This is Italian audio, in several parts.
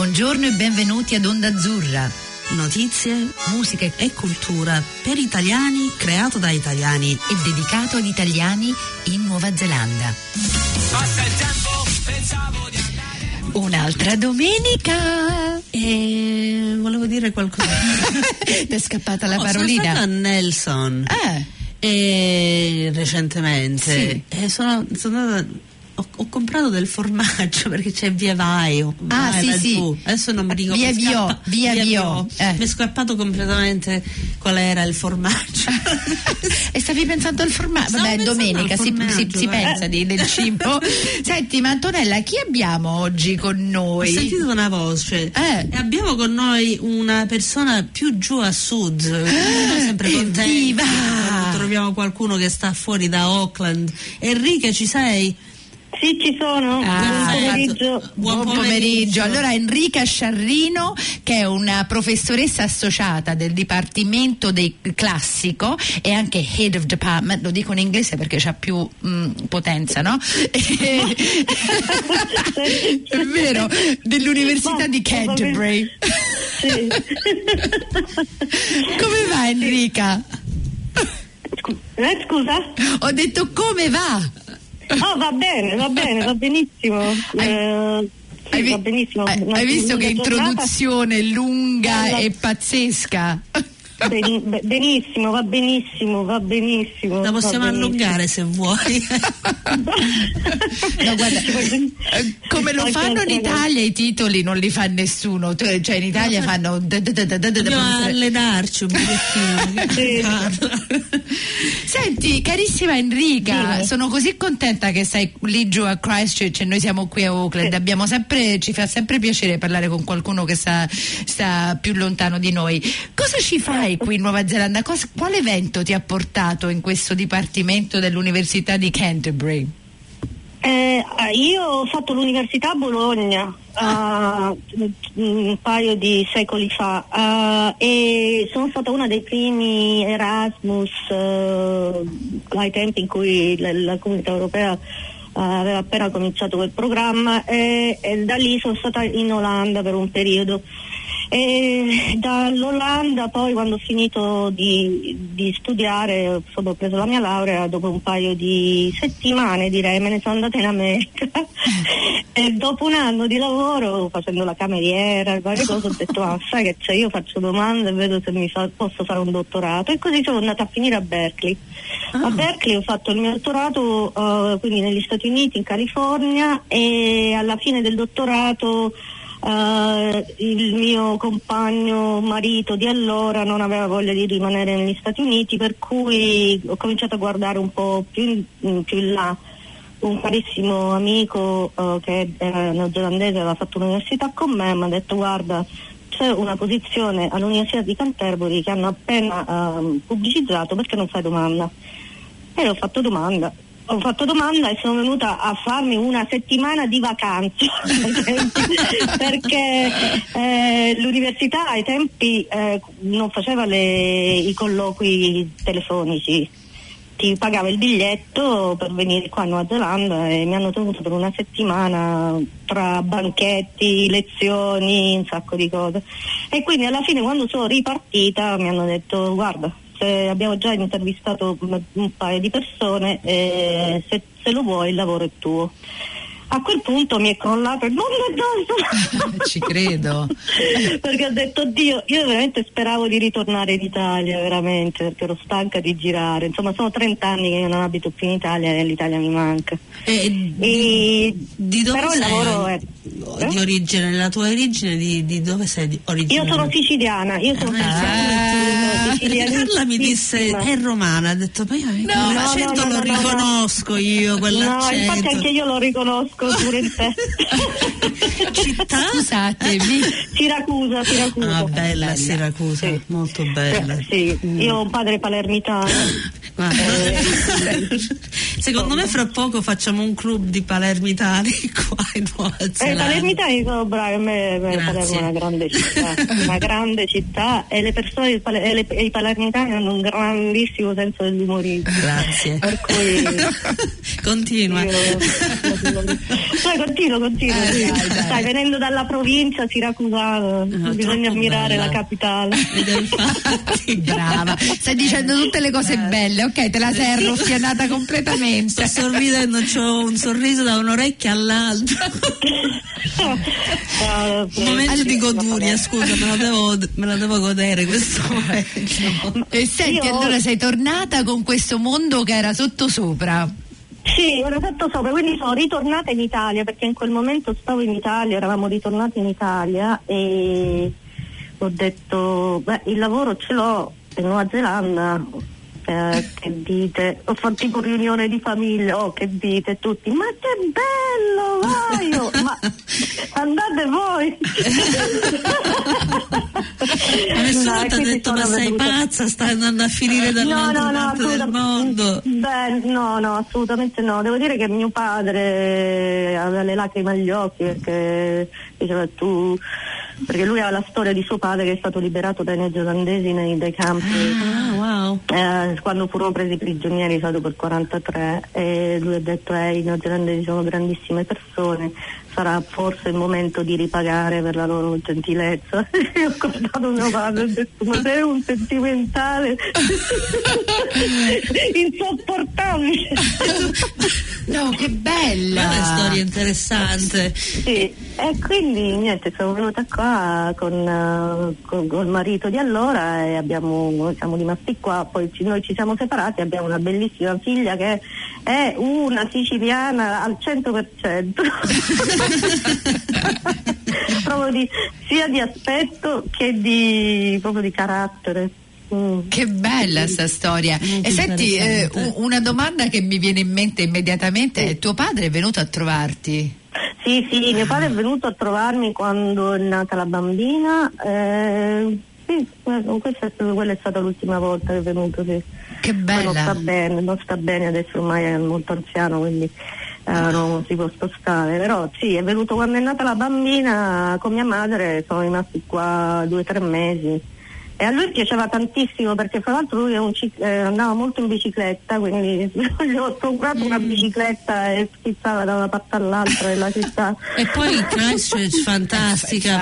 Buongiorno e benvenuti ad Onda Azzurra. Notizie, musica e cultura per italiani, creato da italiani e dedicato ad italiani in Nuova Zelanda. Passa il tempo, pensavo di andare. Un'altra domenica. e volevo dire qualcosa. Ti è scappata la parolina. Sono stata a Nelson recentemente e sono andata. Ho comprato del formaggio perché c'è Via Vai. Sì. Adesso non mi ricordo. Via Vio. Mi è scappato completamente qual era il formaggio. E stavi pensando al formaggio? Vabbè, domenica si pensa del cibo. Senti, ma Antonella, chi abbiamo oggi con noi? Ho sentito una voce. E abbiamo con noi una persona più giù a sud. Sono sempre contenti. Viva! Troviamo qualcuno che sta fuori da Auckland. Enrica, ci sei? Sì, ci sono. Buon pomeriggio. Allora, Enrica Sciarrino, che è una professoressa associata del Dipartimento del Classico e anche Head of Department, lo dico in inglese perché c'ha più potenza, no? È vero, dell'Università di Canterbury. Sì. Come va, Enrica? Scusa? Ho detto come va? Oh, va benissimo. Va benissimo. Hai visto che introduzione lunga e pazzesca? Benissimo, va benissimo. La possiamo allungare se vuoi. No, guarda, come lo fanno in Italia i titoli non li fa nessuno, cioè in Italia fanno dobbiamo allenarci un pochettino. Senti, carissima Enrica, sono così contenta che sei lì giù a Christchurch e noi siamo qui a Auckland. Ci fa sempre piacere parlare con qualcuno che sta più lontano di noi. Cosa ci fai qui in Nuova Zelanda? Quale evento ti ha portato in questo dipartimento dell'Università di Canterbury? Io ho fatto l'università a Bologna un paio di secoli fa e sono stata una dei primi Erasmus ai tempi in cui la Comunità Europea aveva appena cominciato quel programma e da lì sono stata in Olanda per un periodo. E dall'Olanda poi, quando ho finito di studiare, ho preso la mia laurea, dopo un paio di settimane direi me ne sono andata in America e dopo un anno di lavoro facendo la cameriera e varie cose ho detto sai che c'è, io faccio domande e vedo se posso fare un dottorato, e così sono andata a finire a Berkeley. A Berkeley ho fatto il mio dottorato quindi negli Stati Uniti, in California, e alla fine del dottorato il mio compagno marito di allora non aveva voglia di rimanere negli Stati Uniti, per cui ho cominciato a guardare un po' più in là. Un carissimo amico che era neozelandese, aveva fatto l'università con me, mi ha detto guarda, c'è una posizione all'Università di Canterbury che hanno appena pubblicizzato, perché non fai domanda? E ho fatto domanda e sono venuta a farmi una settimana di vacanza perché l'università ai tempi non faceva i colloqui telefonici, ti pagava il biglietto per venire qua in Nuova Zelanda e mi hanno tenuto per una settimana tra banchetti, lezioni, un sacco di cose, e quindi alla fine quando sono ripartita mi hanno detto guarda, abbiamo già intervistato un paio di persone, se lo vuoi il lavoro è tuo. A quel punto mi è crollato il mondo addosso. Ci credo. Perché ho detto oddio, io veramente speravo di ritornare in Italia, veramente, perché ero stanca di girare. Insomma, sono 30 anni che io non abito più in Italia e l'Italia mi manca. Di dove però sei? Il lavoro è di origine, la tua origine di dove sei originaria? Io sono siciliana, Carla mi disse è romana, ha detto ma io l'accento lo riconosco io, quell'accento. No, infatti anche io lo riconosco pure in te. Città? Scusatemi. Siracusa. Bella Siracusa, sì. Molto bella. Sì, io ho un padre palermitano. Secondo me fra poco facciamo un club di palermitani qua in Nuova Zelanda. I palermitani sono bravi, a me Palermo è una grande città, una grande città, e le persone i palermitani hanno un grandissimo senso dell'umorismo. Grazie. Per cui continua. Continuo. Stai venendo dalla provincia siracusana, bisogna ammirare la capitale. Infatti. Brava, stai dicendo tutte le cose belle, ok, te la sei arruffianata completamente. Sto sorridendo, c'ho un sorriso da un'orecchia all'altra. Un momento di goduria, scusa, me la devo godere questo momento. E senti, allora sei tornata con questo mondo che era sottosopra. Sì, ero fatto sopra, quindi sono ritornata in Italia, perché in quel momento stavo in Italia, eravamo ritornati in Italia e ho detto, il lavoro ce l'ho in Nuova Zelanda, che dite? Ho fatto tipo riunione di famiglia, che dite tutti, ma che bello, vai, ma andate voi. Ma nessuno ti ha detto, ma sei pazza, stai andando a finire dall'altra parte del mondo? No, assolutamente no. Devo dire che mio padre aveva le lacrime agli occhi, perché diceva perché lui ha la storia di suo padre che è stato liberato dai neozelandesi dai campi. Wow. Quando furono presi prigionieri dopo il 43, e lui ha detto i neozelandesi sono grandissime persone, sarà forse il momento di ripagare per la loro gentilezza. Io ho guardato mio padre e ho detto, ma sei un sentimentale insopportabile. No, che bella! Una storia interessante. Sì, e quindi niente, sono venuta qua con il marito di allora e siamo rimasti qua, poi noi ci siamo separati, abbiamo una bellissima figlia che è una siciliana al 100%. Proprio sia di aspetto che proprio di carattere. Che bella sta storia. E senti, una domanda che mi viene in mente immediatamente: tuo padre è venuto a trovarti? Sì, mio padre è venuto a trovarmi quando è nata la bambina. Sì, quella è stata l'ultima volta che è venuto, sì. Che bella. Non sta bene, adesso ormai è molto anziano, quindi non si può spostare, però sì, è venuto quando è nata la bambina con mia madre, sono rimasti qua 2 o 3 mesi. E a lui piaceva tantissimo, perché fra l'altro lui andava molto in bicicletta, quindi gli ho comprato una bicicletta e schizzava da una parte all'altra della città. E poi Christchurch fantastica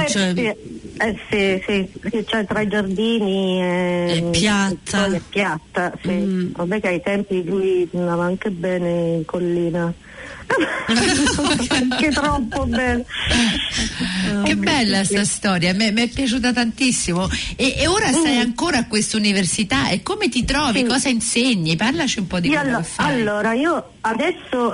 sì, cioè tra i giardini è piatta. Poi è piatta, sì. Vabbè che ai tempi lui andava anche bene in collina. Anche troppo bene. Che bella sta storia, mi è piaciuta tantissimo. E ora sei ancora a questa università, e come ti trovi? Sì. Cosa insegni? Parlaci un po' di quello che fai. Allora, io adesso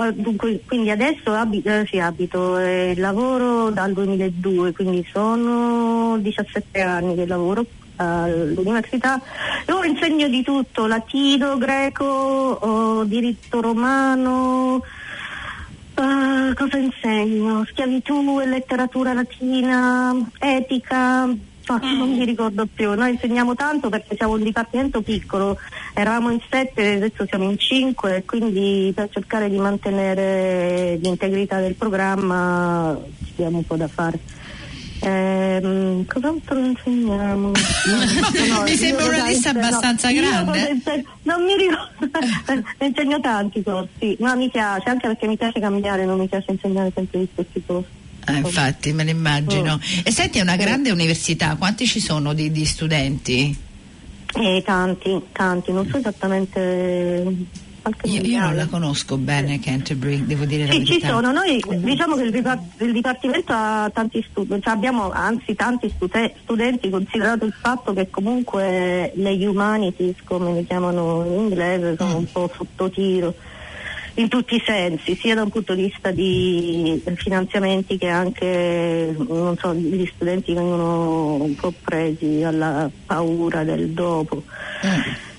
abito e lavoro dal 2002, quindi sono 17 anni che lavoro all'università. Io insegno di tutto: latino, greco, diritto romano. Cosa insegno? Schiavitù e letteratura latina, etica, non mi ricordo più. Noi insegniamo tanto perché siamo un dipartimento piccolo, eravamo in 7, adesso siamo in 5, quindi per cercare di mantenere l'integrità del programma ci diamo un po' da fare. Cos'altro insegniamo? Mi sembra una lista abbastanza grande. Non mi ricordo. Insegno tanti corsi, ma mi piace, anche perché mi piace cambiare, non mi piace insegnare sempre gli stessi corsi. Infatti, me ne immagino. E senti, è una grande università, quanti ci sono di studenti? Tanti, non so esattamente. Io non la conosco bene Canterbury, devo dire la verità. Sì, ci sono. Noi diciamo che il dipartimento ha tanti studenti, cioè abbiamo anzi tanti studenti, considerato il fatto che comunque le humanities, come le chiamano in inglese, sono un po' sotto tiro in tutti i sensi, sia da un punto di vista di finanziamenti che anche, non so, gli studenti vengono un po' presi alla paura del dopo.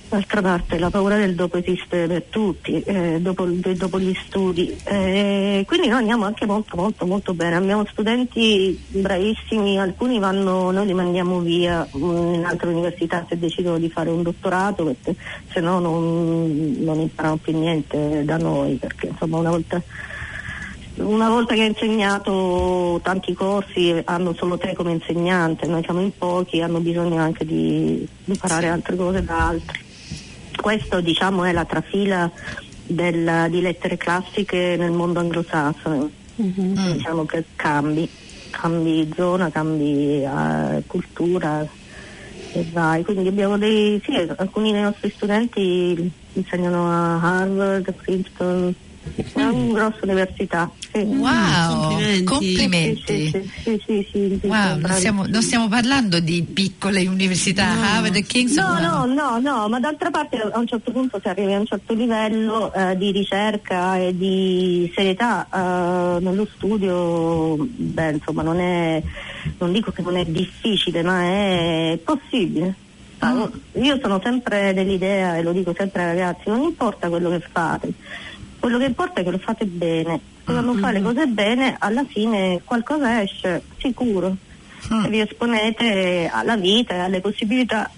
D'altra parte la paura del dopo esiste per tutti, dopo gli studi, quindi noi andiamo anche molto bene, abbiamo studenti bravissimi, alcuni noi li mandiamo via in altre università se decidono di fare un dottorato, perché se no non imparano più niente da noi, perché insomma una volta che hai insegnato tanti corsi hanno solo te come insegnante, noi siamo in pochi, hanno bisogno anche di imparare altre cose da altri. Questo diciamo è la trafila di lettere classiche nel mondo anglosassone. Diciamo che cambi zona, cambi cultura e vai. Quindi abbiamo alcuni dei nostri studenti insegnano a Harvard, a Princeton, è una grossa università. Sì. Wow, complimenti. Sì, wow, non stiamo parlando di piccole università, Harvard e Kingston. No, ma d'altra parte a un certo punto si arriva a un certo livello di ricerca e di serietà nello studio, insomma non dico che non è difficile, ma è possibile. Io sono sempre dell'idea, e lo dico sempre ai ragazzi, non importa quello che fate, quello che importa è che lo fate bene. Quando fate le cose bene, alla fine qualcosa esce, sicuro. Se vi esponete alla vita e alle possibilità,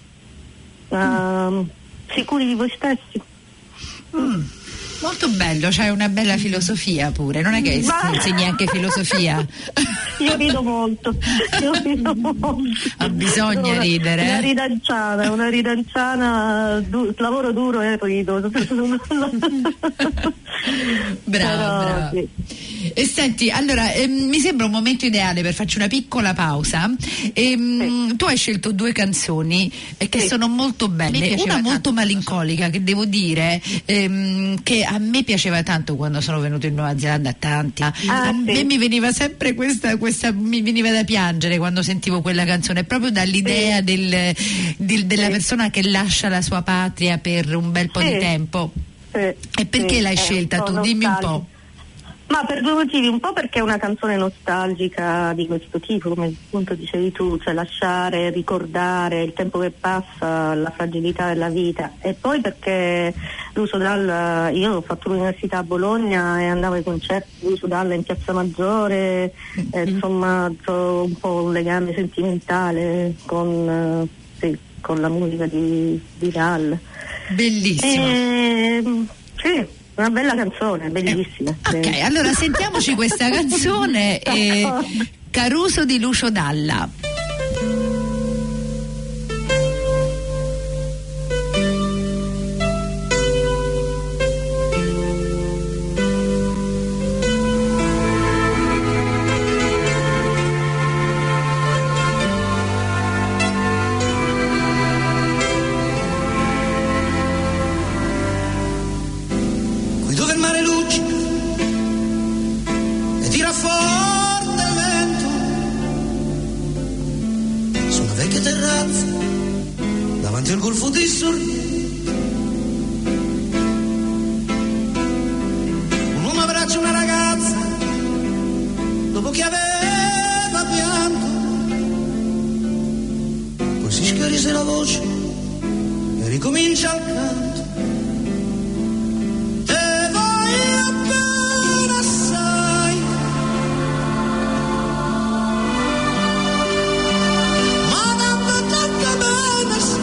sicuri di voi stessi. Molto bello, c'hai una bella filosofia pure, non è che insegni anche filofilosofia? Io rido molto. Bisogna ridere. Una ridanciana, lavoro duro e rido. Brava. Sì. E senti, allora mi sembra un momento ideale per farci una piccola pausa. Tu hai scelto 2 canzoni che sono molto belle, una molto malincolica, che devo dire che a me piaceva tanto quando sono venuto in Nuova Zelanda, a me mi veniva sempre questa mi veniva da piangere quando sentivo quella canzone, proprio dall'idea della persona che lascia la sua patria per un bel po' di tempo. E perché l'hai scelta tu? Dimmi un po'. Ma per 2 motivi, un po' perché è una canzone nostalgica di questo tipo, come appunto dicevi tu, cioè lasciare, ricordare il tempo che passa, la fragilità della vita, e poi perché Lucio Dalla, io ho fatto l'università a Bologna e andavo ai concerti di Lucio Dalla in Piazza Maggiore, insomma ho un po' un legame sentimentale con la musica di Dalla. Bellissimo. Sì. Una bella canzone, bellissima. Ok, allora sentiamoci questa canzone, Caruso di Lucio Dalla. Davanti al golfo di Sorrento un uomo abbraccia una ragazza dopo che aveva pianto, poi si schiarisce la voce e ricomincia il canto. Te voglio bene assai, ma tanto bene sai.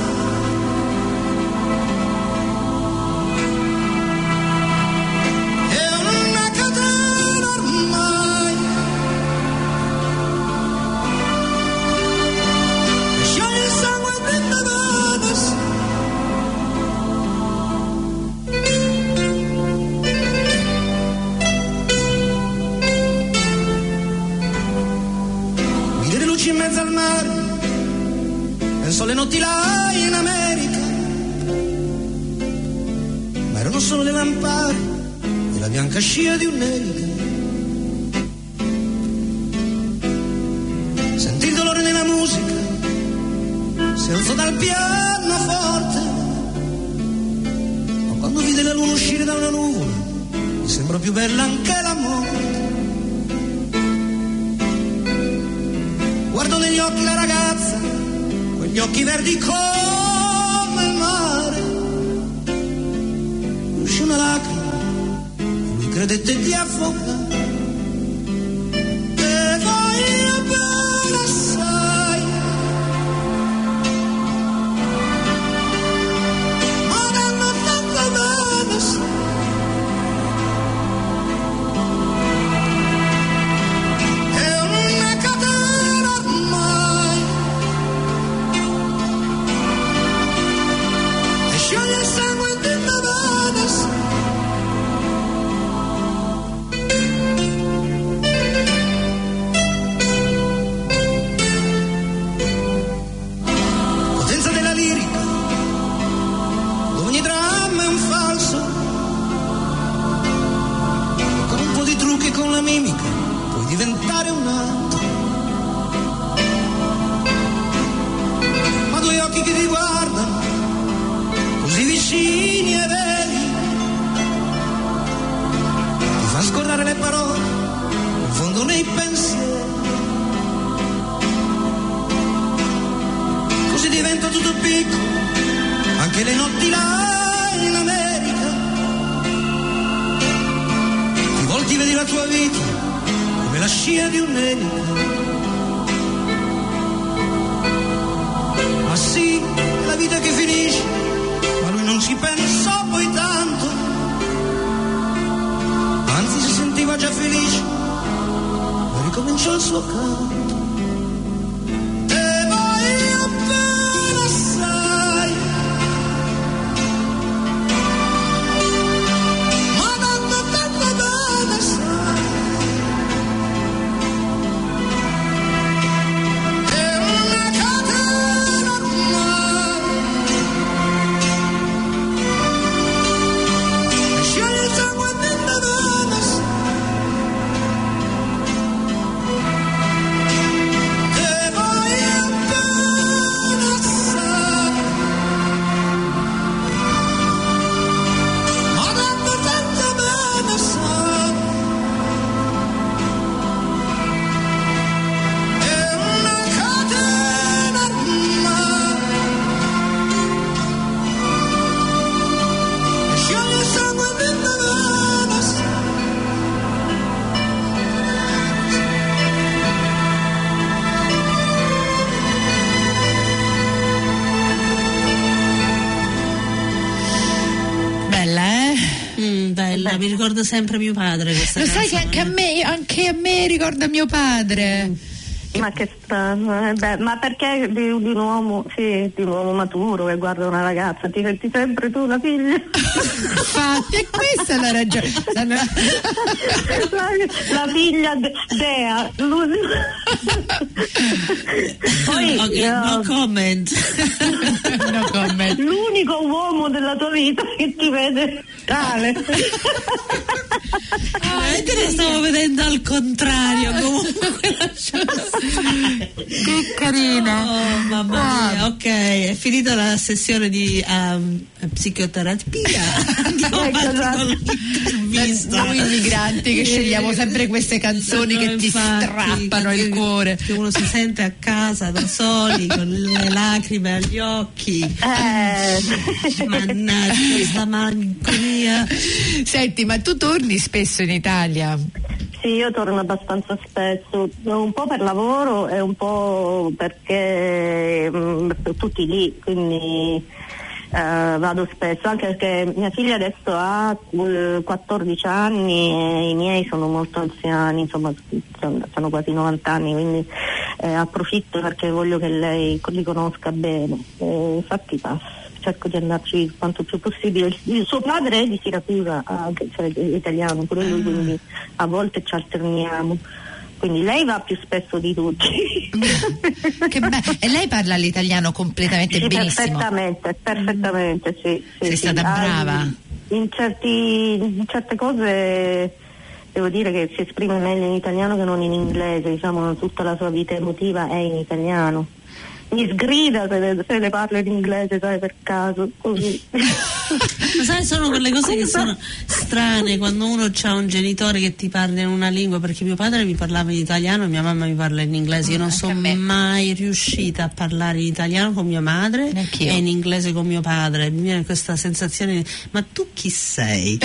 In mezzo al mare, penso alle notti là in America, ma erano solo le lampade e la bianca scia di un'elica. Sentì il dolore nella musica, si alzò dal pianoforte, ma quando vide la luna uscire da una nuvola, mi sembrò più bella anche la morte. Guardo negli occhi la ragazza, quegli occhi verdi come il mare, una lacrima, lui credette di affogare. E voglio bene assai, ma danno tanto bene assai. È una catena ormai, e scioglie il sangue di una vena assai. Potenza della lirica, ogni dramma è un falso, con un po' di trucchi, con la mimica puoi diventare un altro. Ma due occhi che ti guardano così vicini e veri, ti fa scordare le parole, confondono i pensieri. Così diventa tutto piccolo, anche le notti là in America. Ti volti, vedi la tua vita come la scia di un'elica. Ma sì, è la vita che finisce, ma lui non ci pensò poi tanto. Anzi, si sentiva già felice e ricominciò il suo canto. Mi ricorda sempre mio padre questa Lo canzone. sai che anche a me ricorda mio padre. Ma che strano, beh, ma perché di un uomo, sì, di un uomo maturo che guarda una ragazza, ti senti sempre tu la figlia? Infatti, e questa è la ragione. La figlia Dea. Poi, no comment. No comment. L'unico uomo della tua vita che ti vede tale. Te ne stavo vedendo al contrario, comunque Che carina. Oh mamma mia, ok, è finita la sessione di psicoterapia. Andiamo avanti con l'intervista. Noi migranti che scegliamo sempre queste canzoni che ti strappano il cuore. Che uno si sente a casa da soli con le lacrime agli occhi. Mannaggia questa malinconia. Senti, ma tu torni spesso in Italia? Sì, io torno abbastanza spesso, un po' per lavoro e un po' perché tutti lì, quindi vado spesso, anche perché mia figlia adesso ha 14 anni e i miei sono molto anziani, insomma sono quasi 90 anni, quindi approfitto perché voglio che lei li conosca bene, infatti cerco di andarci quanto più possibile. Il suo padre è di Siracusa, anche, cioè è italiano pure lui, quindi a volte ci alterniamo. Quindi lei va più spesso di tutti. Che e lei parla l'italiano completamente sì, benissimo? Perfettamente, sì. Sei stata brava? In certe cose devo dire che si esprime meglio in italiano che non in inglese, diciamo, tutta la sua vita emotiva è in italiano. Mi sgrida se le parlo in inglese, sai, per caso, così. Ma sai, sono quelle cose che sono strane quando uno ha un genitore che ti parla in una lingua, perché mio padre mi parlava in italiano e mia mamma mi parla in inglese. Io non sono mai riuscita a parlare in italiano con mia madre e in inglese con mio padre. Mi viene questa sensazione di, ma tu chi sei?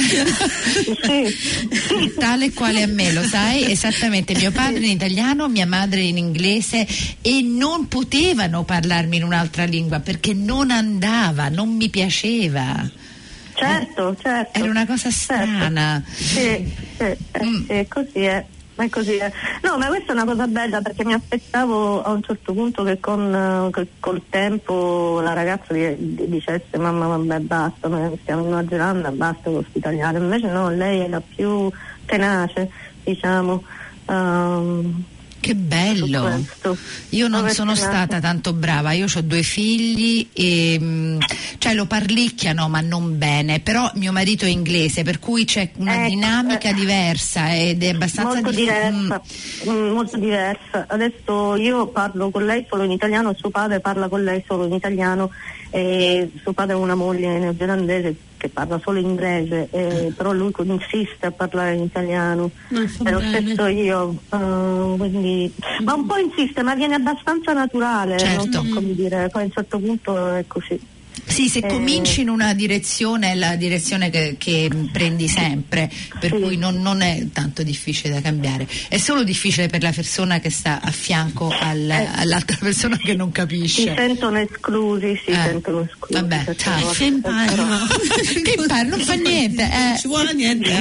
Tale quale a me, lo sai, esattamente. Mio padre in italiano, mia madre in inglese, e non potevano parlarmi in un'altra lingua perché non andava, non mi piaceva. Certo. Era una cosa strana. Sì, così è. Ma così è. No, ma questa è una cosa bella, perché mi aspettavo a un certo punto che col tempo la ragazza dicesse: mamma, vabbè, basta, noi stiamo in Nuova Zelanda, basta con l'italiano. Invece no, lei era più tenace, diciamo. Che bello. Io non sono stata tanto brava, io ho 2 figli e cioè lo parlicchiano ma non bene, però mio marito è inglese, per cui c'è una dinamica diversa ed è abbastanza molto diversa. Adesso io parlo con lei solo in italiano, suo padre parla con lei solo in italiano, e suo padre ha una moglie neozelandese che parla solo inglese, però lui insiste a parlare in italiano, e lo stesso io, quindi, ma un po' insiste, ma viene abbastanza naturale, certo. Non so come dire, poi a un certo punto è così. Sì, se cominci in una direzione è la direzione che prendi sempre, per cui non è tanto difficile da cambiare, è solo difficile per la persona che sta a fianco all'altra persona che non capisce. Si sentono esclusi, Vabbè, che impari, non fa niente, ci vuole niente.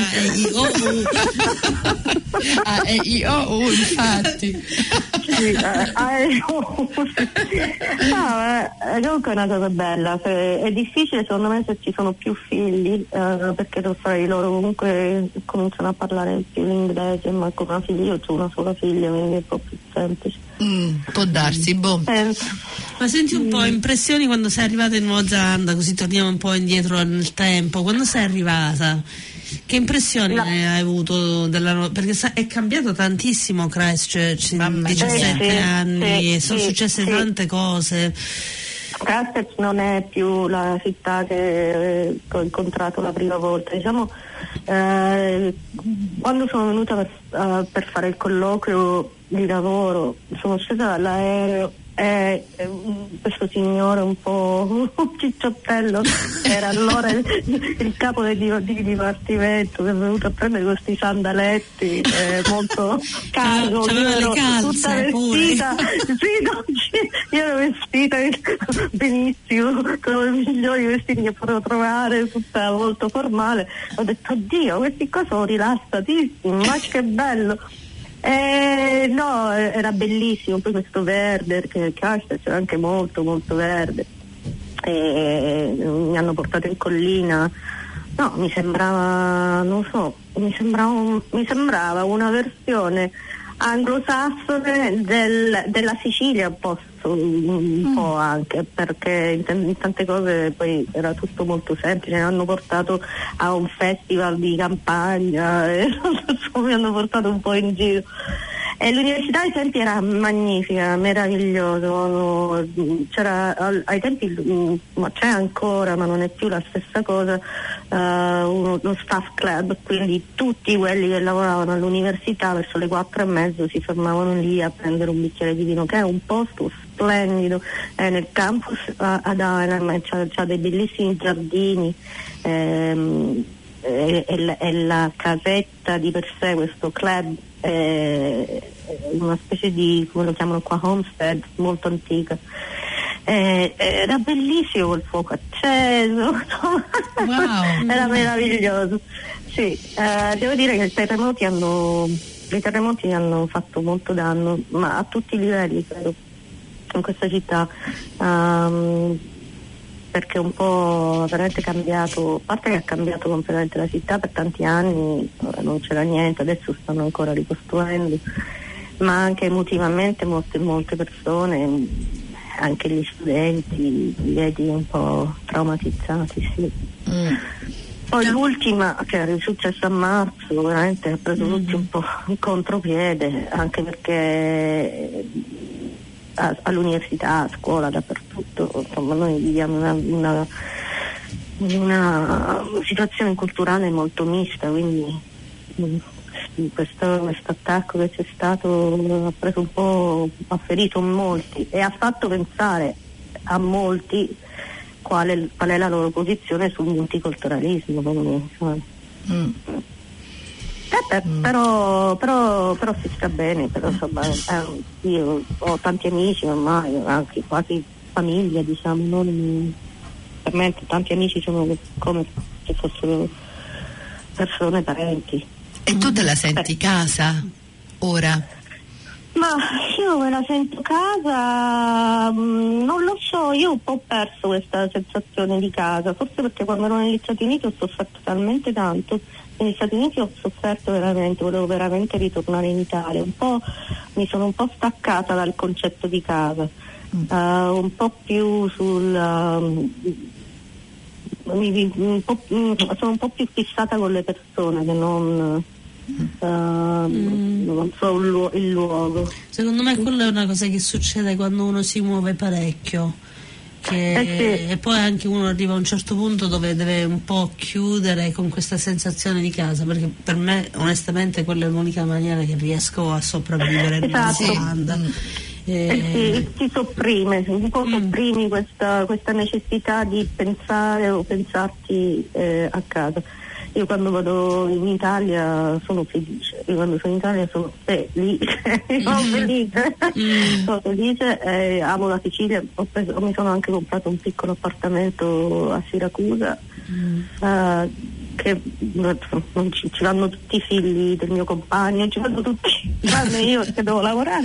Infatti. Comunque è una cosa bella. È difficile secondo me se ci sono più figli, perché loro comunque cominciano a parlare più l'inglese, ma con una figlia, io ho una sola figlia, quindi è un po' più semplice. Può darsi, Ma senti un po', impressioni quando sei arrivata in Nuova Zelanda, così torniamo un po' indietro nel tempo, quando sei arrivata? Che impressioni hai avuto perché è cambiato tantissimo Christchurch in 17 anni, e sono successe tante cose. Christchurch non è più la città che ho incontrato la prima volta, diciamo. Quando sono venuta per fare il colloquio di lavoro, sono scesa dall'aereo e questo signore un po' un cicciottello era allora il capo del dipartimento, che è venuto a prendere questi sandaletti molto caro, tutta vestita. Io ero vestita benissimo, con i migliori vestiti che potevo trovare, tutta molto formale. Ho detto: oddio, questi qua sono rilassatissimi, ma che bello. No, era bellissimo, poi questo verde, perché c'era anche molto molto verde, mi hanno portato in collina. No, mi sembrava una versione anglosassone della Sicilia, un po' anche, perché in tante cose poi era tutto molto semplice. Mi hanno portato a un festival di campagna e mi hanno portato un po' in giro. E l'università ai tempi era magnifica, meraviglioso, c'era ai tempi, ma c'è ancora, ma non è più la stessa cosa, uno staff club, quindi tutti quelli che lavoravano all'università verso le 4:30 si fermavano lì a prendere un bicchiere di vino, che è un posto splendido, nel campus ad Arnhem, c'ha dei bellissimi giardini, e la casetta di per sé, questo club, una specie di, come lo chiamano qua, homestead molto antica. Era bellissimo quel fuoco acceso. Wow. Era meraviglioso. Sì, devo dire che i terremoti hanno fatto molto danno, ma a tutti i livelli, credo, in questa città, perché un po' veramente cambiato, a parte che ha cambiato completamente la città per tanti anni, non c'era niente, adesso stanno ancora ricostruendo, ma anche emotivamente molte persone, anche gli studenti, li vedi un po' traumatizzati, sì. Poi l'ultima, che è successa a marzo, veramente ha preso tutti un po' in contropiede, anche perché all'università, a scuola, dappertutto, insomma, noi viviamo una situazione culturale molto mista, quindi questo attacco che c'è stato ha preso un po', ha ferito molti e ha fatto pensare a molti qual è la loro posizione sul multiculturalismo. Però si sta bene, però insomma, io ho tanti amici ormai, anche quasi famiglia, diciamo, per me tanti amici sono come se fossero persone, parenti. E tu te la senti casa ora? Ma io me la sento casa, non lo so, io ho un po' perso questa sensazione di casa, forse perché quando ero negli Stati Uniti ho sofferto talmente tanto. Negli Stati Uniti ho sofferto veramente, volevo veramente ritornare in Italia, mi sono un po' staccata dal concetto di casa, un po' più sono un po' più fissata con le persone che non so il luogo. Secondo me quella è una cosa che succede quando uno si muove parecchio, e poi anche uno arriva a un certo punto dove deve un po' chiudere con questa sensazione di casa, perché per me onestamente quella è l'unica maniera che riesco a sopravvivere in Nuova Zelanda. Si sopprime, un po' sopprimi questa necessità di pensare o pensarti a casa. Io quando vado in Italia sono felice, sono felice, amo la Sicilia, mi sono anche comprato un piccolo appartamento a Siracusa, che non ci vanno tutti i figli del mio compagno, ci vanno tutti, tranne io che devo lavorare.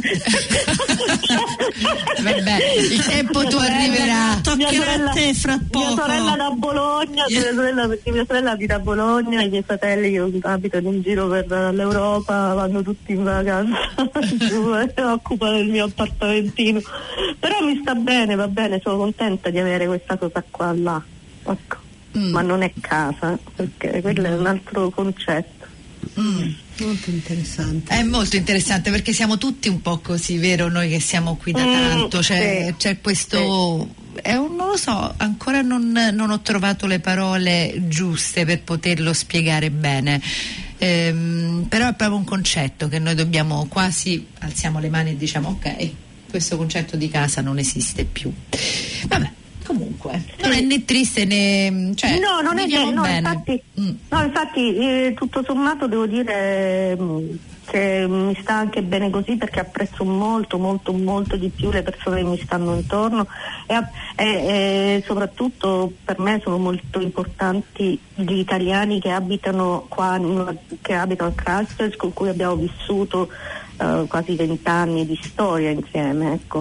Vabbè, il tempo tu arriverà. Toccherà a te fra poco. Mia sorella da Bologna, perché mia sorella abita a Bologna, i miei fratelli che abitano in giro per l'Europa vanno tutti in vacanza e occupano il mio appartamentino. Però mi sta bene, va bene, sono contenta di avere questa cosa qua là. Ecco. Ma non è casa, perché quello è un altro concetto. Molto interessante. È molto interessante perché siamo tutti un po' così, vero? Noi che siamo qui da tanto, c'è questo. Non lo so, ancora non ho trovato le parole giuste per poterlo spiegare bene. Però è proprio un concetto che noi dobbiamo quasi alziamo le mani e diciamo ok, questo concetto di casa non esiste più. Vabbè. Comunque non è né triste né no, non è vero, infatti tutto sommato devo dire che mi sta anche bene così, perché apprezzo molto molto molto di più le persone che mi stanno intorno e soprattutto per me sono molto importanti gli italiani che abitano qua, che abitano a Christchurch, con cui abbiamo vissuto quasi 20 anni di storia insieme, ecco.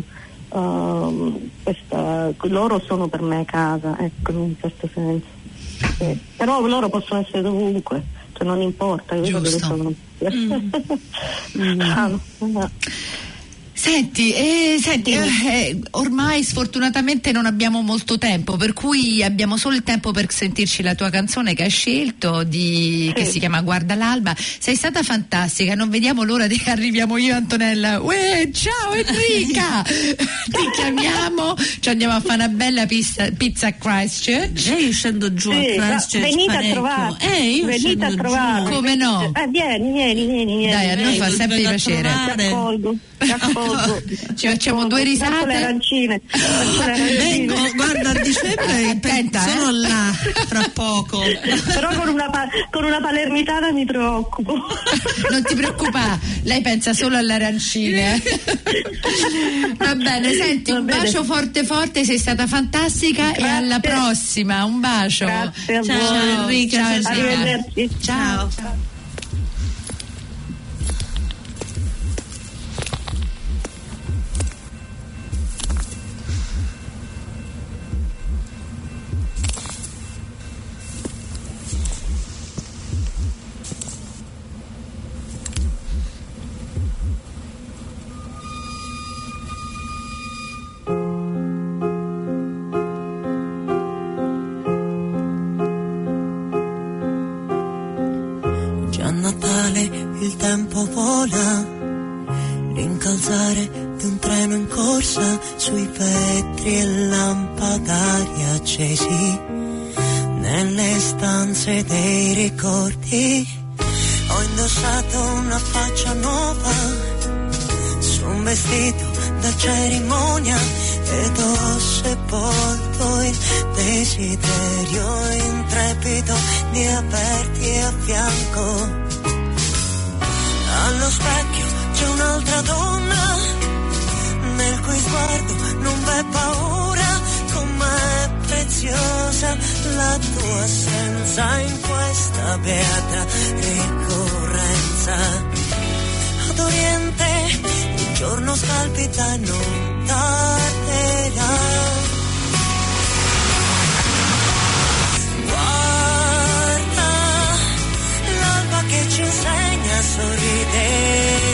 Loro sono per me casa, ecco, in un certo senso. Però loro possono essere dovunque, cioè non importa, io dove sono. Senti, ormai sfortunatamente non abbiamo molto tempo, per cui abbiamo solo il tempo per sentirci la tua canzone che hai scelto, che si chiama Guarda l'alba. Sei stata fantastica, non vediamo l'ora che arriviamo io e Antonella. Ciao Enrica! Ti chiamiamo, ci andiamo a fare una bella pizza a Christchurch. Io scendo giù a Christchurch. Venite a trovare. Venite a trovare. Come no? Vieni. Dai, a noi fa sempre piacere. Ti accolgo. Ci facciamo due risate. Le arancine. Vengo, guarda, a dicembre sono là fra poco. Però con una palermitana mi preoccupo. Non ti preoccupare, lei pensa solo alle arancine. Va bene, senti, un bacio forte forte, sei stata fantastica. Grazie. E alla prossima, un bacio. Grazie a voi. Ciao Enrica. Arrivederci. Ciao. Il tempo vola, l'incalzare di un treno in corsa sui vetri e lampadari accesi nelle stanze dei ricordi. Ho indossato una faccia nuova su un vestito da cerimonia ed ho sepolto il desiderio intrepido di averti a fianco. Allo specchio c'è un'altra donna nel cui sguardo non v'è paura, com'è preziosa la tua assenza in questa beata ricorrenza. Ad Oriente il giorno scalpita e non tarderà.